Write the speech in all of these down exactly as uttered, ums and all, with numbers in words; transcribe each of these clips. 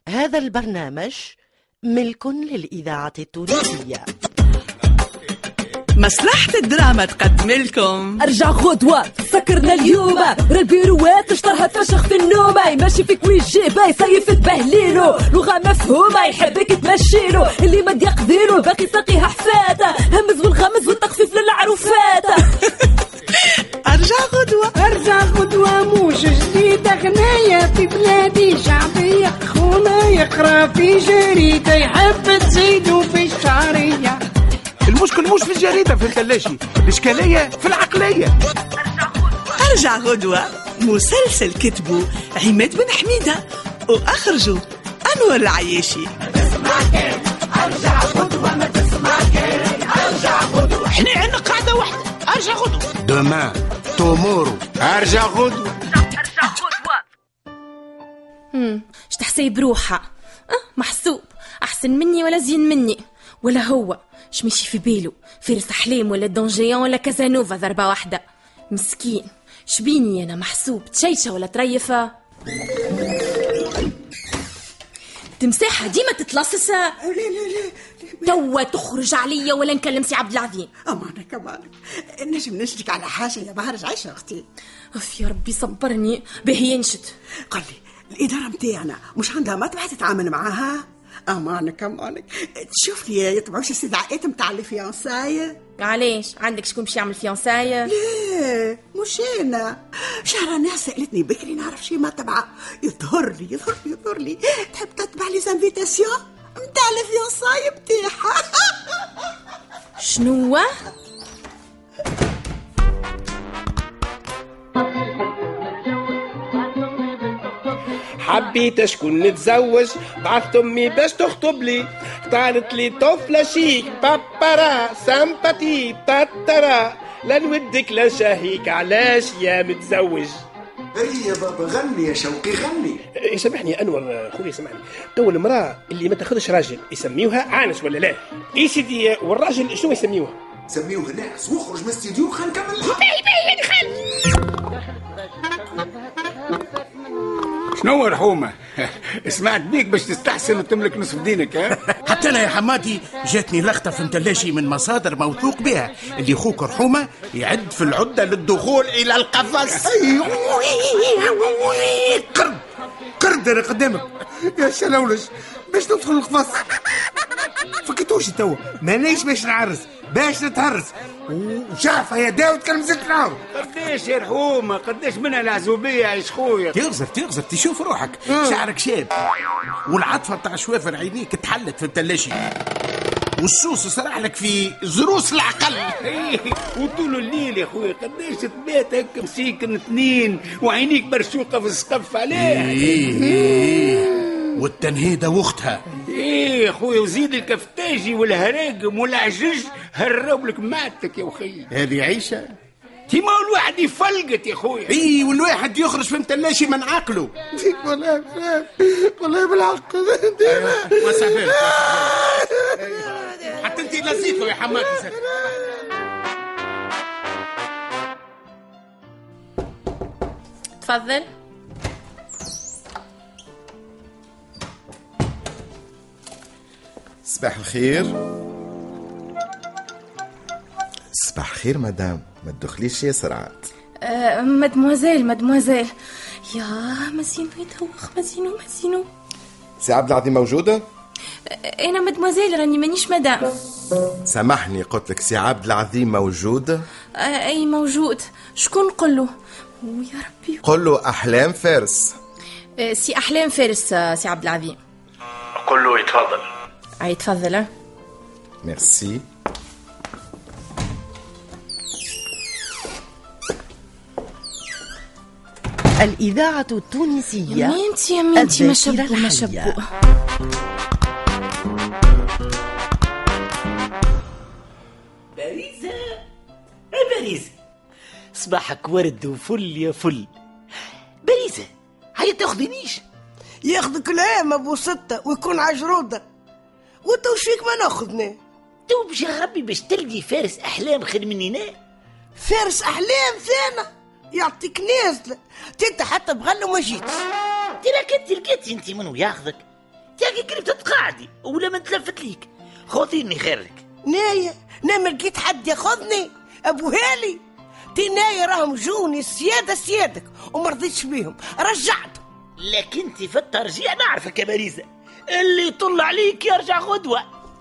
هذا البرنامج ملك للإذاعة التونسية. مصلحة الدراما تقدم لكم ارجع غدوة سكرنا اليوم راه البيروات اشطرها تفشخ في النوم ماشي فيك ويجي باي صيف تبهليلو لغة مفهومة يحبك تمشيلو اللي ما يقديرو باقي ساقيها حفاتة همز والغمز والتخفيف للعروفات. ارجع غدوة ارجع غدوة موش جديدة غناية في بلادي شعبية خونا يقرا في جريدة يحب تزيدو في الشعرية. المشكل مش في الجريدة في الثلاشي، الإشكالية في العقلية. ارجع غدوة مسلسل كتبه عماد بن حميدة واخرجه انور العياشي. ارجع غدوة ما تسمع كلام ارجع غدوة احنا عندنا قاعدة واحدة، ارجع غدوة دوما تومورو ارجع غدوة ارجع غدوة. امم اش تحسي بروحها أه محسوب احسن مني ولا زين مني ولا هو اش ماشي في بيلو فارس احلام ولا دونجيان ولا كازانوفا ضربه واحده مسكين. شبيني انا محسوب تشيشه ولا تريفه تمساحه ديما تتلصص. لا لا لا توا تخرج عليا ولا نكلم سي عبد العظيم. امانك امانك نجم نشتك على حاجه يا بهرج عايشه اختي. اف يا ربي صبرني باهي ينشد. قال لي الاداره متاعنا مش عندها مطبخ تتعامل معاها. امانك امانك تشوف لي يطبعوش استدعاءات متاع الفيانساي. علاش عندك شكون باش يعمل فيانساي؟ ليه مش انا شهر الناس سالتني بكري نعرف شي ما تبعه يظهر لي يظهر لي يظهر لي تحب تتبع لي زانفيتاسيون متاع الفيانساي بتاعها. شنو حبيت شكون نتزوج بعثت امي باش تخطب لي اختارت لي طفله شيك بابارا سامباتي تاترا لا نودك لا نشهيك علاش يا متزوج. اي يا بابا غني يا شوقي غني. يسامحني يا انور خويا سامحني تو المراه اللي ما تاخذش راجل يسميوها عانس ولا لا؟ اي سيدي والراجل شنو يسميوها؟ سميوه ناس واخرج من الاستديو خلينا نكمل. باهي باهي دخل. شنو رحومة؟ سمعت بيك باش تستحسن وتملك نصف دينك ها؟ حتى انا يا حماتي جاتني لقطه في متلاشي من مصادر موثوق بها اللي خوك رحومه يعد في العده للدخول الى القفص. قرد قرد انا قدامك يا شلولش باش ندخل القفص. فكتوش توا مانيش باش نعرس باش نتهرس وشعفة يا داود كان مزلت نعاود. قداش يا رحومة قداش منها العزوبية يا خويا. تغزر تغزر تشوف روحك شعرك شاب والعطفة بتاع شوافر عينيك تحلت في التلاشي والسوس سرح لك في زروس العقل. وطول الليل يا خويا قداش تبات هكا مسيكن اثنين وعينيك برشوقة في السقف عليه. إيه إيه والتنهيدة واختها. ايه يا خويا وزيد الكفتاجي والهراقم والعجج هرب لك معتك يا اخي. هذه عيشة تيما الواحد يفلقت يا خويا. اي والواحد يخرج في متلاشي من عقله. والله والله بالحق ما سافرت حتى انت لزيته يا حماتي. تفضل. صباح الخير. صباح الخير مدام، ما تدخليش يا سرعات. أه مدموزيل مدموزيل يا مزينو يتوخ مزينو مزينو. سي عبد العظيم موجودة؟ انا مدموزيل راني مانيش مدام. سامحني قلت لك سي عبد العظيم موجود؟ أه اي موجود. شكون نقوله؟ ويا ربي قل له احلام فارس. أه سي احلام فارس. أه سي عبد العظيم قل له يتفضل. اي تفضل. ميرسي. الإذاعة التونسية. مينتي يا مينتي ما شبوا ما شبوا. باريزة يا باريزة صباحك ورد وفل يا فل. باريزة هيا تاخذنيش. ياخذك العام ابو ستة ويكون عجرودة وتوشيك ما ناخذني. تو بجي ربي باش تلقي فارس احلام خير مني. فارس احلام ثانا يعطيك نازله تنت حتى بغل وما جيت. ترى كنت لقيت انت منو ياخذك تاكي قريب تتقاعدي ولا ما تلفت ليك. خذيني خيرك. نايا نعم لقيت حد ياخذني ابوهالي تي نايا راهم جوني السياده سيادك وما رضيتش بيهم رجعت. لكن انت في الترجيع نعرفك يا باريزة، اللي يطل عليك يرجع غدوة.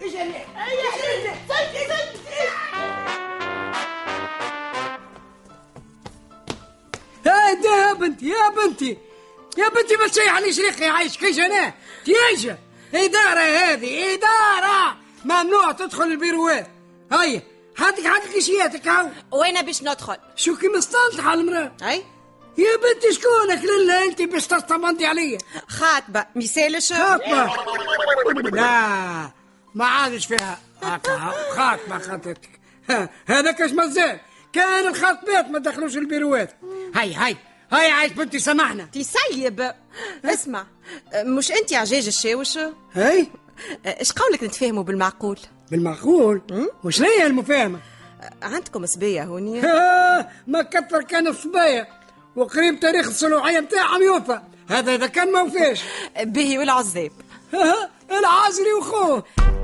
هاي يا بنتي يا بنتي يا بنتي ما تشيح علي شريخي عايش كيش انا تيجا إدارة هذه إدارة ممنوع تدخل البيروات. هاي هاتك هاتك اشياتك هاو. وين باش ندخل؟ شو كي مستنطحة المرأة. اي يا بنتي شكونك لله انت باش تستمندي عليا؟ خاطبة ميسالش خاطبة لا ما عادش فيها هكا خاطبة خاطتك هذاك اش مازال كان الخاطبات ما دخلوش البيروات. هاي هاي هاي عايش بنتي سامحنا تسيب. اسمع مش انت عجاج الشاوش؟ هاي ايش قولك نتفاهموا بالمعقول؟ بالمعقول؟ وش هي المفاهمة؟ عندكم صبية هوني؟ ما كثر كان الصبايا وقريب تاريخ الصلوحية متاعهم يوفى. هذا إذا كان ما وفاش. باهي والعزاب العازري وخوه.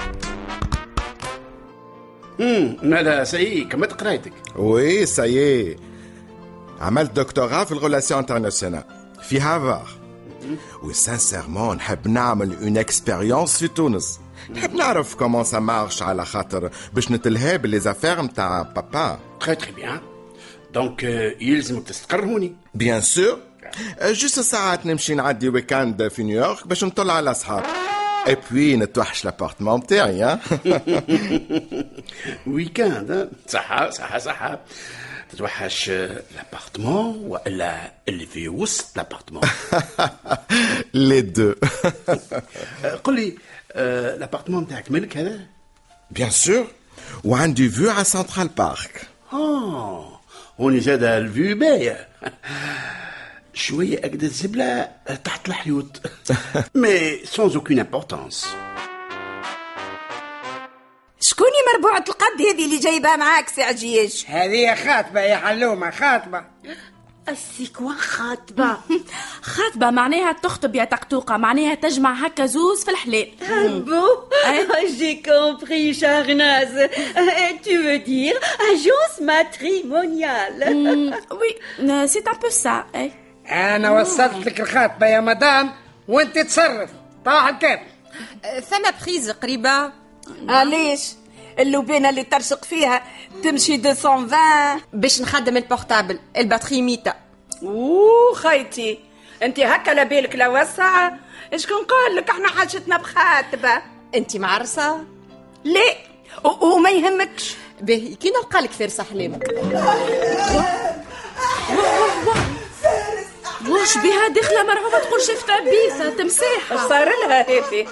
امم ماذا سي كملت قرايتك؟ وي سايي عملت دكتوراه في الريلاسيون انترناسيونال في هافار. وسانسيرمون نحب نعمل اون اكسبيريونس في تونس. نحب نعرف كومون سا مارش على خاطر باش نتلهى باللي زافير نتاع بابا. تري تري بيان. دونك يلزمك تستقر هوني. بيان سور. جوست ساعات نمشي نعدي ويكاند في نيويورك باش نطلع على الاصحاب. اي بوي نتوحش لابارتمون بتاعي. ها ويكاند صح صح صح. تتوحش لابارتمون ولا اللي في وسط لابارتمون؟ لي دو. قل لي لابارتمون تاعك ملك هذا؟ بيان سور وعندي فيو على سنترال بارك. اه هوني زاد الفيو باية شوية أقدر الزبلة تحت الحيوط. مي سونز اوكين امبورطانس. شكوني مربوعة القد هذه اللي جايبها معاك سي عجيش؟ هذه خاطبة يا حلومة خاطبة. السيكوان خاطبة. خاطبة معناها تخطب يا تقطوقة، معناها تجمع هكا زوز في الحلال. بو جي كومبري شارناز. Tu veux dire agence matrimoniale. وي سي ان بو سا. أنا وصلت لك الخاطبة يا مدام وانت تصرف طاح الكاب. ثم بريز قريبة. علاش اللوبينه اللي ترشق فيها تمشي مئتين وعشرين باش نخدم البورتابل الباتري ميتا. اوه خيتي انت هكا لبالك لا وسع. شكون قال لك احنا حاجتنا بخاتبه؟ انت معرسه؟ لا وما يهمكش. باهي كي نلقى لك فارس احلامك. واش بها داخله مرعوبه تقول شفت عبيسه تمساح صار لها هذه.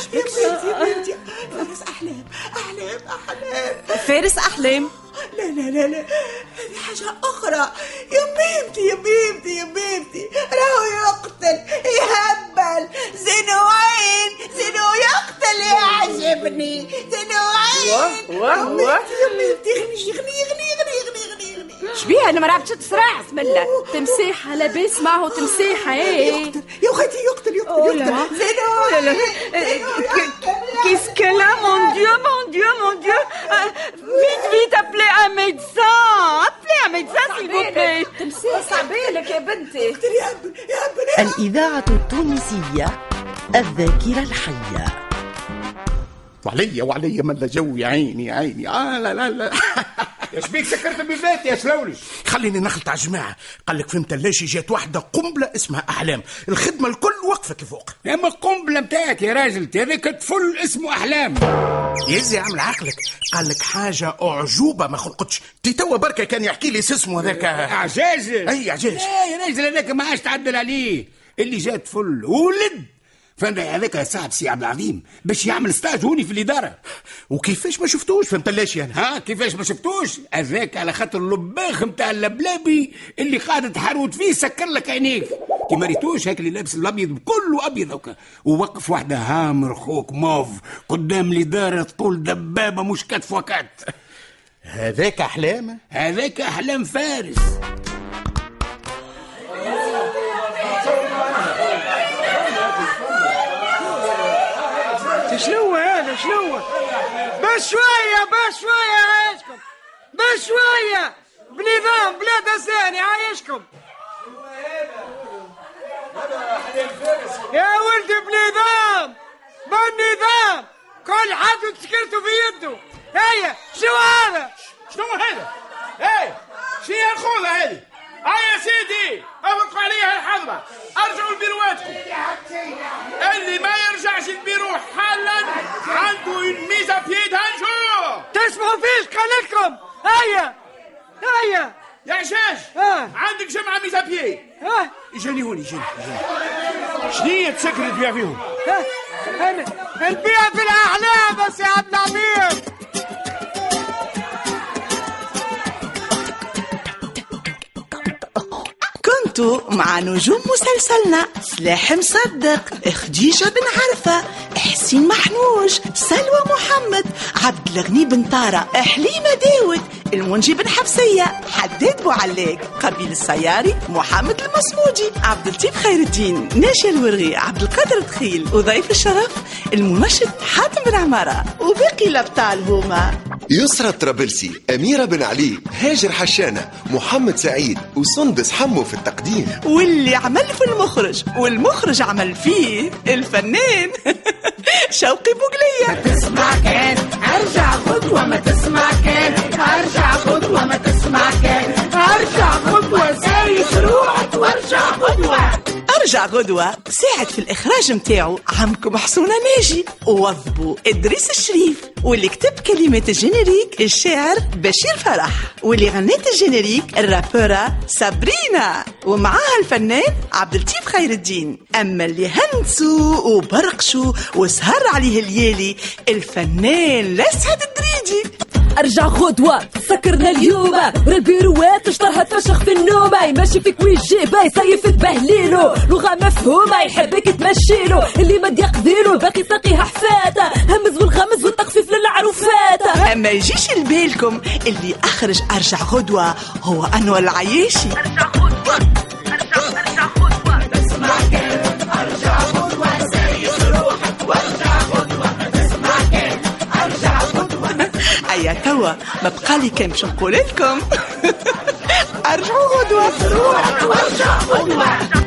فارس احلام احلام احلام فارس احلام. لا لا لا لا هذه حاجه اخرى يا بيبتي يا بيبتي يا بيبتي راهو يقتل يهبل زنوعين زنو يقتل يعجبني زنوعين. واه واه يا بيبتي غني غني غني غني غني غني شبيها انا ما عرفتش تصرع بسم الله. تمساحه لاباس معه تمساحه. ايه يقتل يا اختي يقتل يقتل يقتل زنوعين. Qu'est-ce qu'elle a, mon Dieu, mon Dieu, mon Dieu. euh, Vite, vite, appelez un médecin. Appelez un médecin, s'il vous plaît. صعبالك يا بنتي. الإذاعة التونسية الذاكرة الحية. وعليا وعليا من جو يا عيني يا عيني. آه لا لا لا. ايش بيك سكرت بذاتي يا سلولش؟ خليني نخلط على جماعة. قال لك فهمت ليش جات واحدة قنبلة اسمها أحلام، الخدمة الكل وقفت لفوق. يا اما القنبلة متاعك يا راجل هذاك طفل اسمه أحلام. يزي عمل عقلك. قال لك حاجة أعجوبة ما خلقتش. تي توا بركة كان يحكي لي اسمه هذاك عجاج. أي عجاج. لا يا راجل هذاك ما عادش تعدل عليه. اللي جات طفل ولد فهمت هذاك صاحب سي عبد العظيم باش يعمل ستاج هوني في الاداره. وكيفاش ما شفتوش؟ فهمت ليش يعني؟ ها كيفاش ما شفتوش؟ هذاك على خاطر اللباخ نتاع اللبلابي اللي قاعد تحروت فيه سكر لك عينيك. كي مريتوش هاك اللي لابس الابيض كله ابيض هكا ووقف واحده هامر خوك موف قدام الاداره تقول دبابه مش كتف وكت. هذاك احلام. هذاك احلام فارس. شنو هذا شنو؟ بشوية بشوية عايشكم، بشوية بنظام بلا دساني عايشكم. يا ولدي بنظام بالنظام، كل حد سكرته في يده. هيا شو هذا؟ شنو هذا؟ ايه شنو الخوذة هذه؟ اه يا سيدي اطلقوا عليها الحظر، ارجعوا لبيرواتكم. اللي ما يرجعش البيرو حالا عنده الميزة في يد هنشو. تسمعوا فيش قال لكم. هيا هيا يا عشاش آه. عندك جمعة ميزة بيي. ها اجاني هوني اجاني شنية تسكر تبيع فيهم؟ انا البيع في الاحلام بس يا عبد العمير. كنتوا مع نجوم مسلسلنا سلاح مصدق، خديجة بن عرفة، حسين محنوج، سلوى محمد، عبد الغني بن طارة، حليمة داود، المنجي بن حفصية، حداد بوعلاق، قبيل السياري، محمد المصمودي، عبد اللطيف خير الدين، ناشي الورغي، عبد القادر دخيل، وضيف الشرف المنشط حاتم بن عمارة. وباقي الأبطال هما يسرى الطرابلسي، أميرة بن علي، هاجر حشانة، محمد سعيد، وسندس حمو في التقديم. واللي عمل في المخرج والمخرج عمل فيه الفنان شوقي بوغلية. ما تسمع كان ارجع غدوة، ما تسمع كان ارجع غدوة، ما تسمع كان ارجع غدوة، زايد روحك وارجع غدوة. ارجع غدوة ساعد في الاخراج متاعو عمكم حسونة ناجي، ووظبوا ادريس الشريف، واللي كتب كلمات الجينيريك الشاعر بشير فرح، واللي غنت الجينيريك الرابورة سابرينا، ومعاها الفنان عبد اللطيف خير الدين. اما اللي هنسوا وبرقشوا وسهر عليه الليالي الفنان لسعد الدريدي. ارجع غدوة سكرنا اليوم، البيروات اشطرها تفشخ في النوم، ماشي فيك ويجيبه يصيف تبهليلو، لغة مفهومة يحبك تمشيلو، اللي ما يقديلو باقي ساقيها حفاتة، همز والغمز والتخفيف للعروفات. اما يجيش لبالكم اللي اخرج ارجع غدوة هو انور العياشي. ارجع غدوة ارجع ارجع غدوة، تسمع كان ارجع غدوة، زايد روحك وارجع غدوة، تسمع كان ارجع غدوة. ايا توا ما بقالي كان باش نقول لكم ارجعوا غدوة، روحك وارجع غدوة.